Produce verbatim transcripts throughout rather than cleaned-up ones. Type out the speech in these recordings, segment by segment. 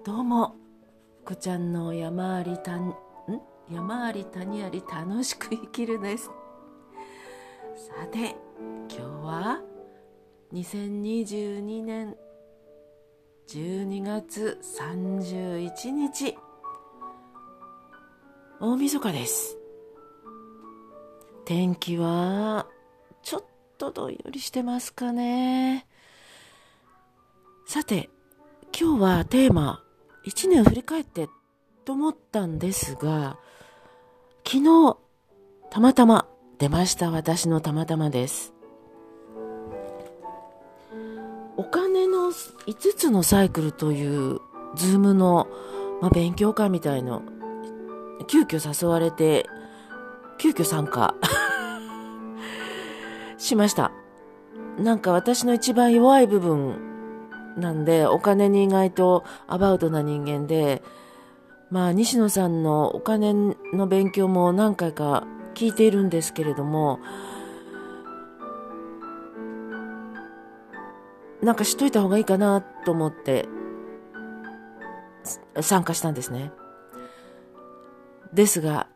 どうも、こちゃんの山ありたん、ん山あり谷あり楽しく生きるです。さて、今日はにせんにじゅうにねんじゅうにがつさんじゅういちにち、大晦日です。天気はちょっとどんよりしてますかね。さて、今日はテーマいちねんを振り返ってと思ったんですが、昨日たまたま出ました。私のたまたまです。お金のいつつのサイクルというズームの、まあ、勉強会みたいの急遽誘われて急遽参加しました。なんか私の一番弱い部分なんで、お金に意外とアバウトな人間で、まあ西野さんのお金の勉強も何回か聞いているんですけれども、なんか知っといた方がいいかなと思って参加したんですね。ですが、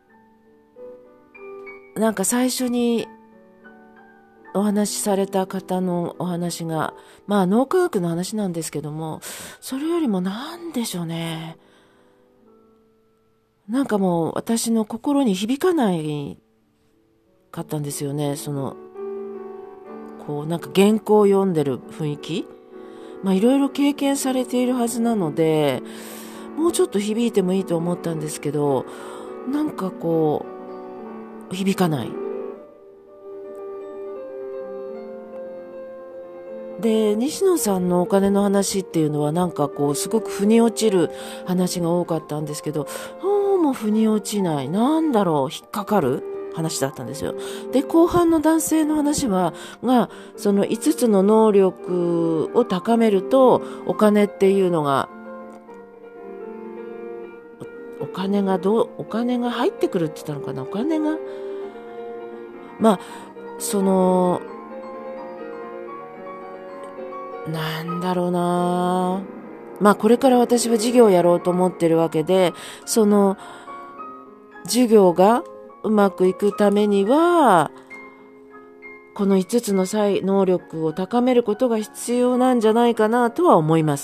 なんか最初にお話しされた方のお話が、まあ脳科学の話なんですけども、それよりもなんでしょうね。なんかもう私の心に響かないかったんですよね。その、こうなんか原稿を読んでる雰囲気。まあいろいろ経験されているはずなので、もうちょっと響いてもいいと思ったんですけど、なんかこう、響かない。で、西野さんのお金の話っていうのはなんかこうすごく腑に落ちる話が多かったんですけど、どうも腑に落ちない。なんだろう、引っかかる話だったんですよ。で、後半の男性の話は、が、そのいつつの能力を高めると、お金っていうのが、お金がどう、お金が入ってくるって言ったのかな、お金が、まあ、その、なんだろうな。まあこれから私は授業をやろうと思ってるわけで、その授業がうまくいくためには、このいつつの才能力を高めることが必要なんじゃないかなとは思います。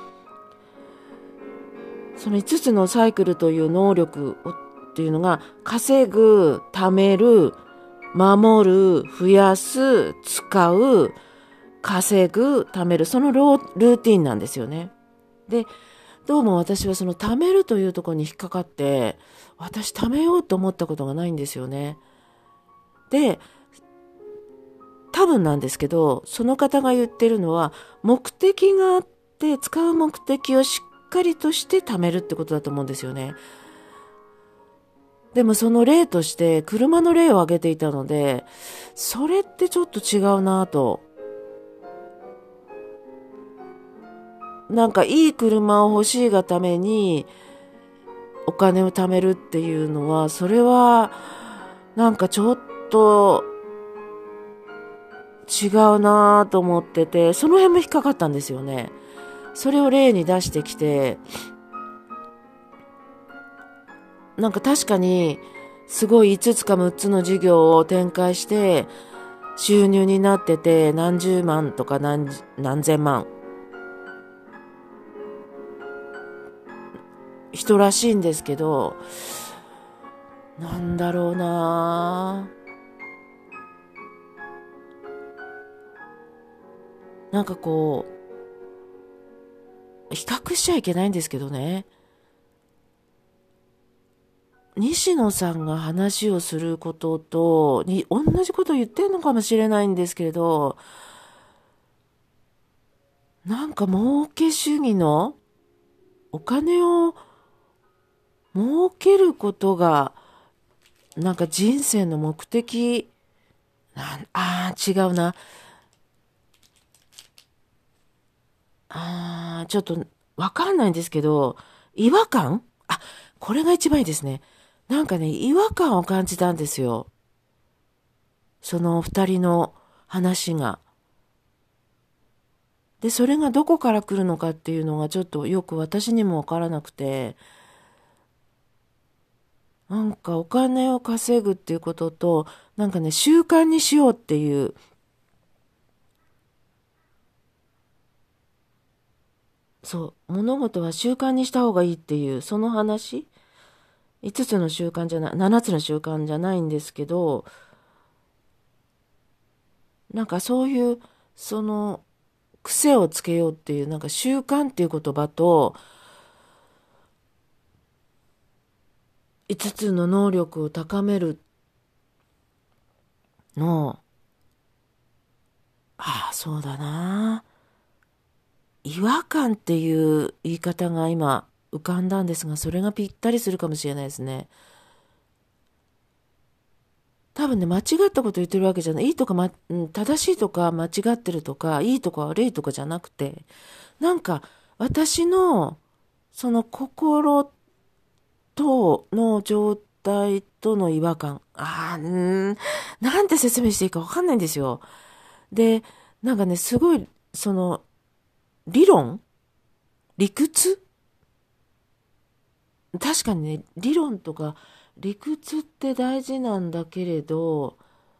そのいつつのサイクルという能力をっていうのが、稼ぐ、貯める、守る、増やす、使う、稼ぐ、貯める、そのルーティンなんですよね。で、どうも私はその貯めるというところに引っかかって、私貯めようと思ったことがないんですよね。で、多分なんですけど、その方が言ってるのは、目的があって、使う目的をしっかりとして貯めるってことだと思うんですよね。でもその例として、車の例を挙げていたので、それってちょっと違うなと。なんかいい車を欲しいがためにお金を貯めるっていうのは、それはなんかちょっと違うなと思ってて、その辺も引っかかったんですよね。それを例に出してきて、なんか確かにすごいいつつかむっつの事業を展開して収入になってて、何十万とか何、何千万人らしいんですけど、なんだろうななんかこう、比較しちゃいけないんですけどね。西野さんが話をすることと、に、同じことを言ってるのかもしれないんですけれど、なんか儲け主義のお金を儲けることが、なんか人生の目的、なんああ、違うな。ああ、ちょっとわかんないんですけど、違和感あ、これが一番いいですね。なんかね、違和感を感じたんですよ。その二人の話が。 で、それがどこから来るのかっていうのがちょっとよく私にもわからなくて、なんかお金を稼ぐっていうことと、なんかね、習慣にしようっていう、そう、物事は習慣にした方がいいっていう、その話、いつつの習慣じゃない、ななつの習慣じゃないんですけど、なんかそういう、その、癖をつけようっていう、なんか習慣っていう言葉と、いつつの能力を高めるの、ああ、そうだな。違和感っていう言い方が今浮かんだんですが、それがぴったりするかもしれないですね。多分ね、間違ったこと言ってるわけじゃない。いいとか、ま、正しいとか間違ってるとか、いいとか悪いとかじゃなくて、なんか私のその心との状態との違和感。ああ、うーん、なんて説明していいかわかんないんですよ。で、なんかね、すごい、その、理論理屈確かにね、理論とか理屈って大事なんだけれど、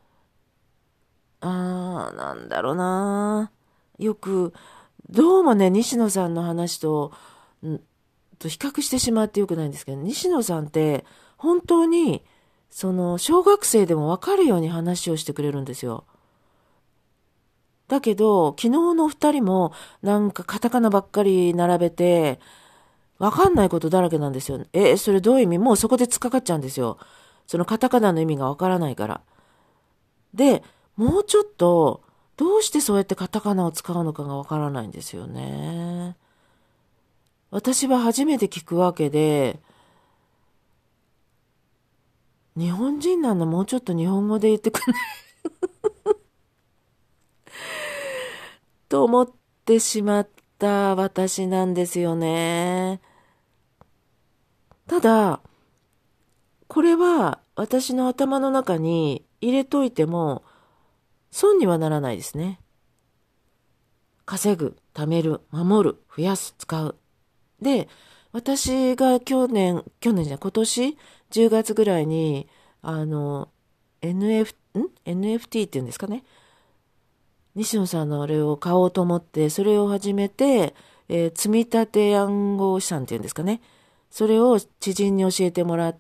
あー、なんだろうな。よく、どうもね、西野さんの話と、んと比較してしまってよくないんですけど、西野さんって本当に、その、小学生でもわかるように話をしてくれるんですよ。だけど、昨日の二人も、なんかカタカナばっかり並べて、わかんないことだらけなんですよ。え、それどういう意味？もうそこで突っかかっちゃうんですよ。そのカタカナの意味がわからないから。で、もうちょっと、どうしてそうやってカタカナを使うのかがわからないんですよね。私は初めて聞くわけで、日本人なんだ、もうちょっと日本語で言ってくれないと思ってしまった私なんですよね。ただ、これは私の頭の中に入れといても損にはならないですね。稼ぐ、貯める、守る、増やす、使う。で、私が去年、去年じゃない、今年じゅうがつぐらいに、あの、エヌエフ、ん エヌエフティー っていうんですかね。西野さんのあれを買おうと思って、それを始めて、えー積み立て暗号資産っていうんですかね。それを知人に教えてもらって、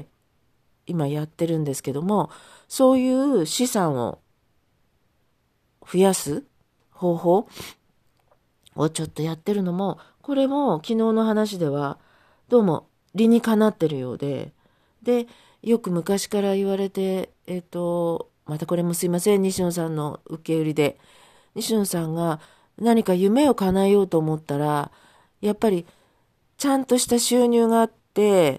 今やってるんですけども、そういう資産を増やす方法をちょっとやってるのも、これも昨日の話では、どうも理にかなってるようで、で、よく昔から言われて、えっと、またこれもすいません、西野さんの受け売りで。西野さんが何か夢を叶えようと思ったら、やっぱりちゃんとした収入があって、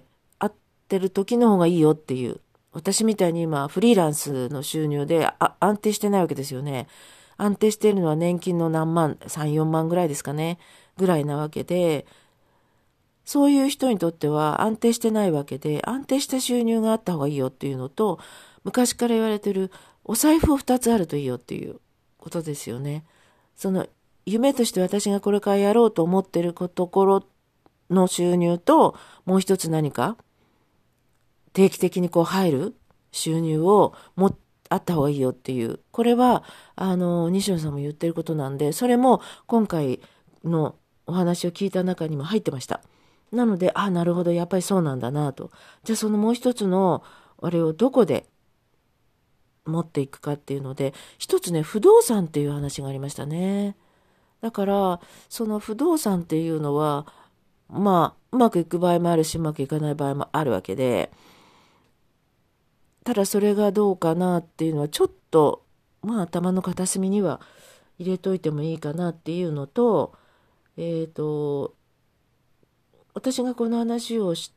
合ってる時の方がいいよっていう。私みたいに今フリーランスの収入であ安定してないわけですよね。安定しているのは年金の何万、さん、よんまんぐらいですかね。ぐらいなわけで、そういう人にとっては安定してないわけで、安定した収入があった方がいいよっていうのと、昔から言われてるお財布をふたつあるといいよっていうことですよね。その夢として私がこれからやろうと思ってるところの収入と、もう一つ何か定期的にこう入る収入をもあった方がいいよっていう。これは、あの、西野さんも言ってることなんで、それも今回のお話を聞いた中にも入ってました。なので、あ、なるほど、やっぱりそうなんだなと。じゃあそのもう一つの、あれをどこで持っていくかっていうので、一つね、不動産っていう話がありましたね。だから、その不動産っていうのは、まあ、うまくいく場合もあるし、うまくいかない場合もあるわけで、ただそれがどうかなっていうのは、ちょっと、まあ、頭の片隅には入れといてもいいかなっていうのと、えっと、私がこの話をして、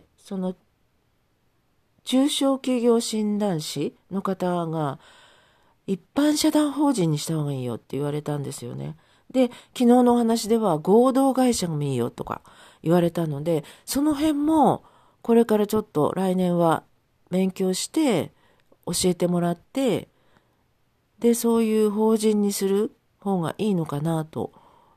その中小企業診断士の方が、一般社団法人にした方がいいよって言われたんですよね。で、昨日のお話では合同会社もいいよとか言われたので、その辺もこれからちょっと来年は勉強して教えてもらって、で、そういう法人にする方がいいのかなと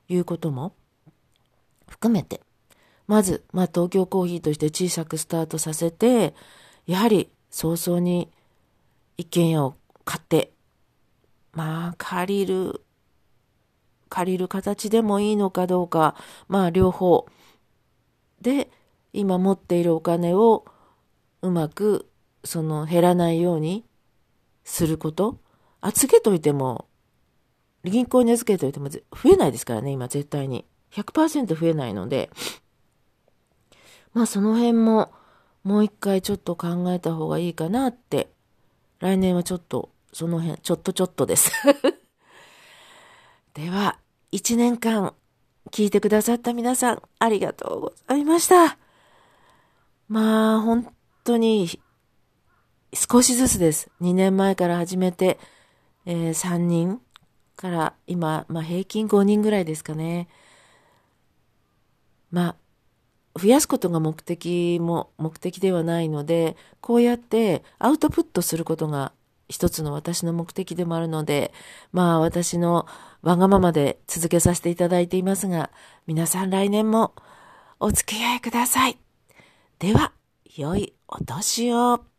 いうことも含めて、まず、まあ、東京コーヒーとして小さくスタートさせて、やはり早々に一軒家を買って、まあ、借りる、借りる形でもいいのかどうか、まあ、両方。で、今持っているお金をうまく、その、減らないようにすること。預けといても、銀行に預けといても増えないですからね、今絶対に。ひゃくパーセント 増えないので、まあその辺ももう一回ちょっと考えた方がいいかなって、来年はちょっとその辺、ちょっとちょっとです。では、一年間聞いてくださった皆さん、ありがとうございました。まあ本当に少しずつです。にねんまえから始めて、えー、さんにんから今、まあ平均ごにんぐらいですかね。まあ、増やすことが目的も目的ではないので、こうやってアウトプットすることが一つの私の目的でもあるので、まあ私のわがままで続けさせていただいていますが、皆さん来年もお付き合いください。では、良いお年を。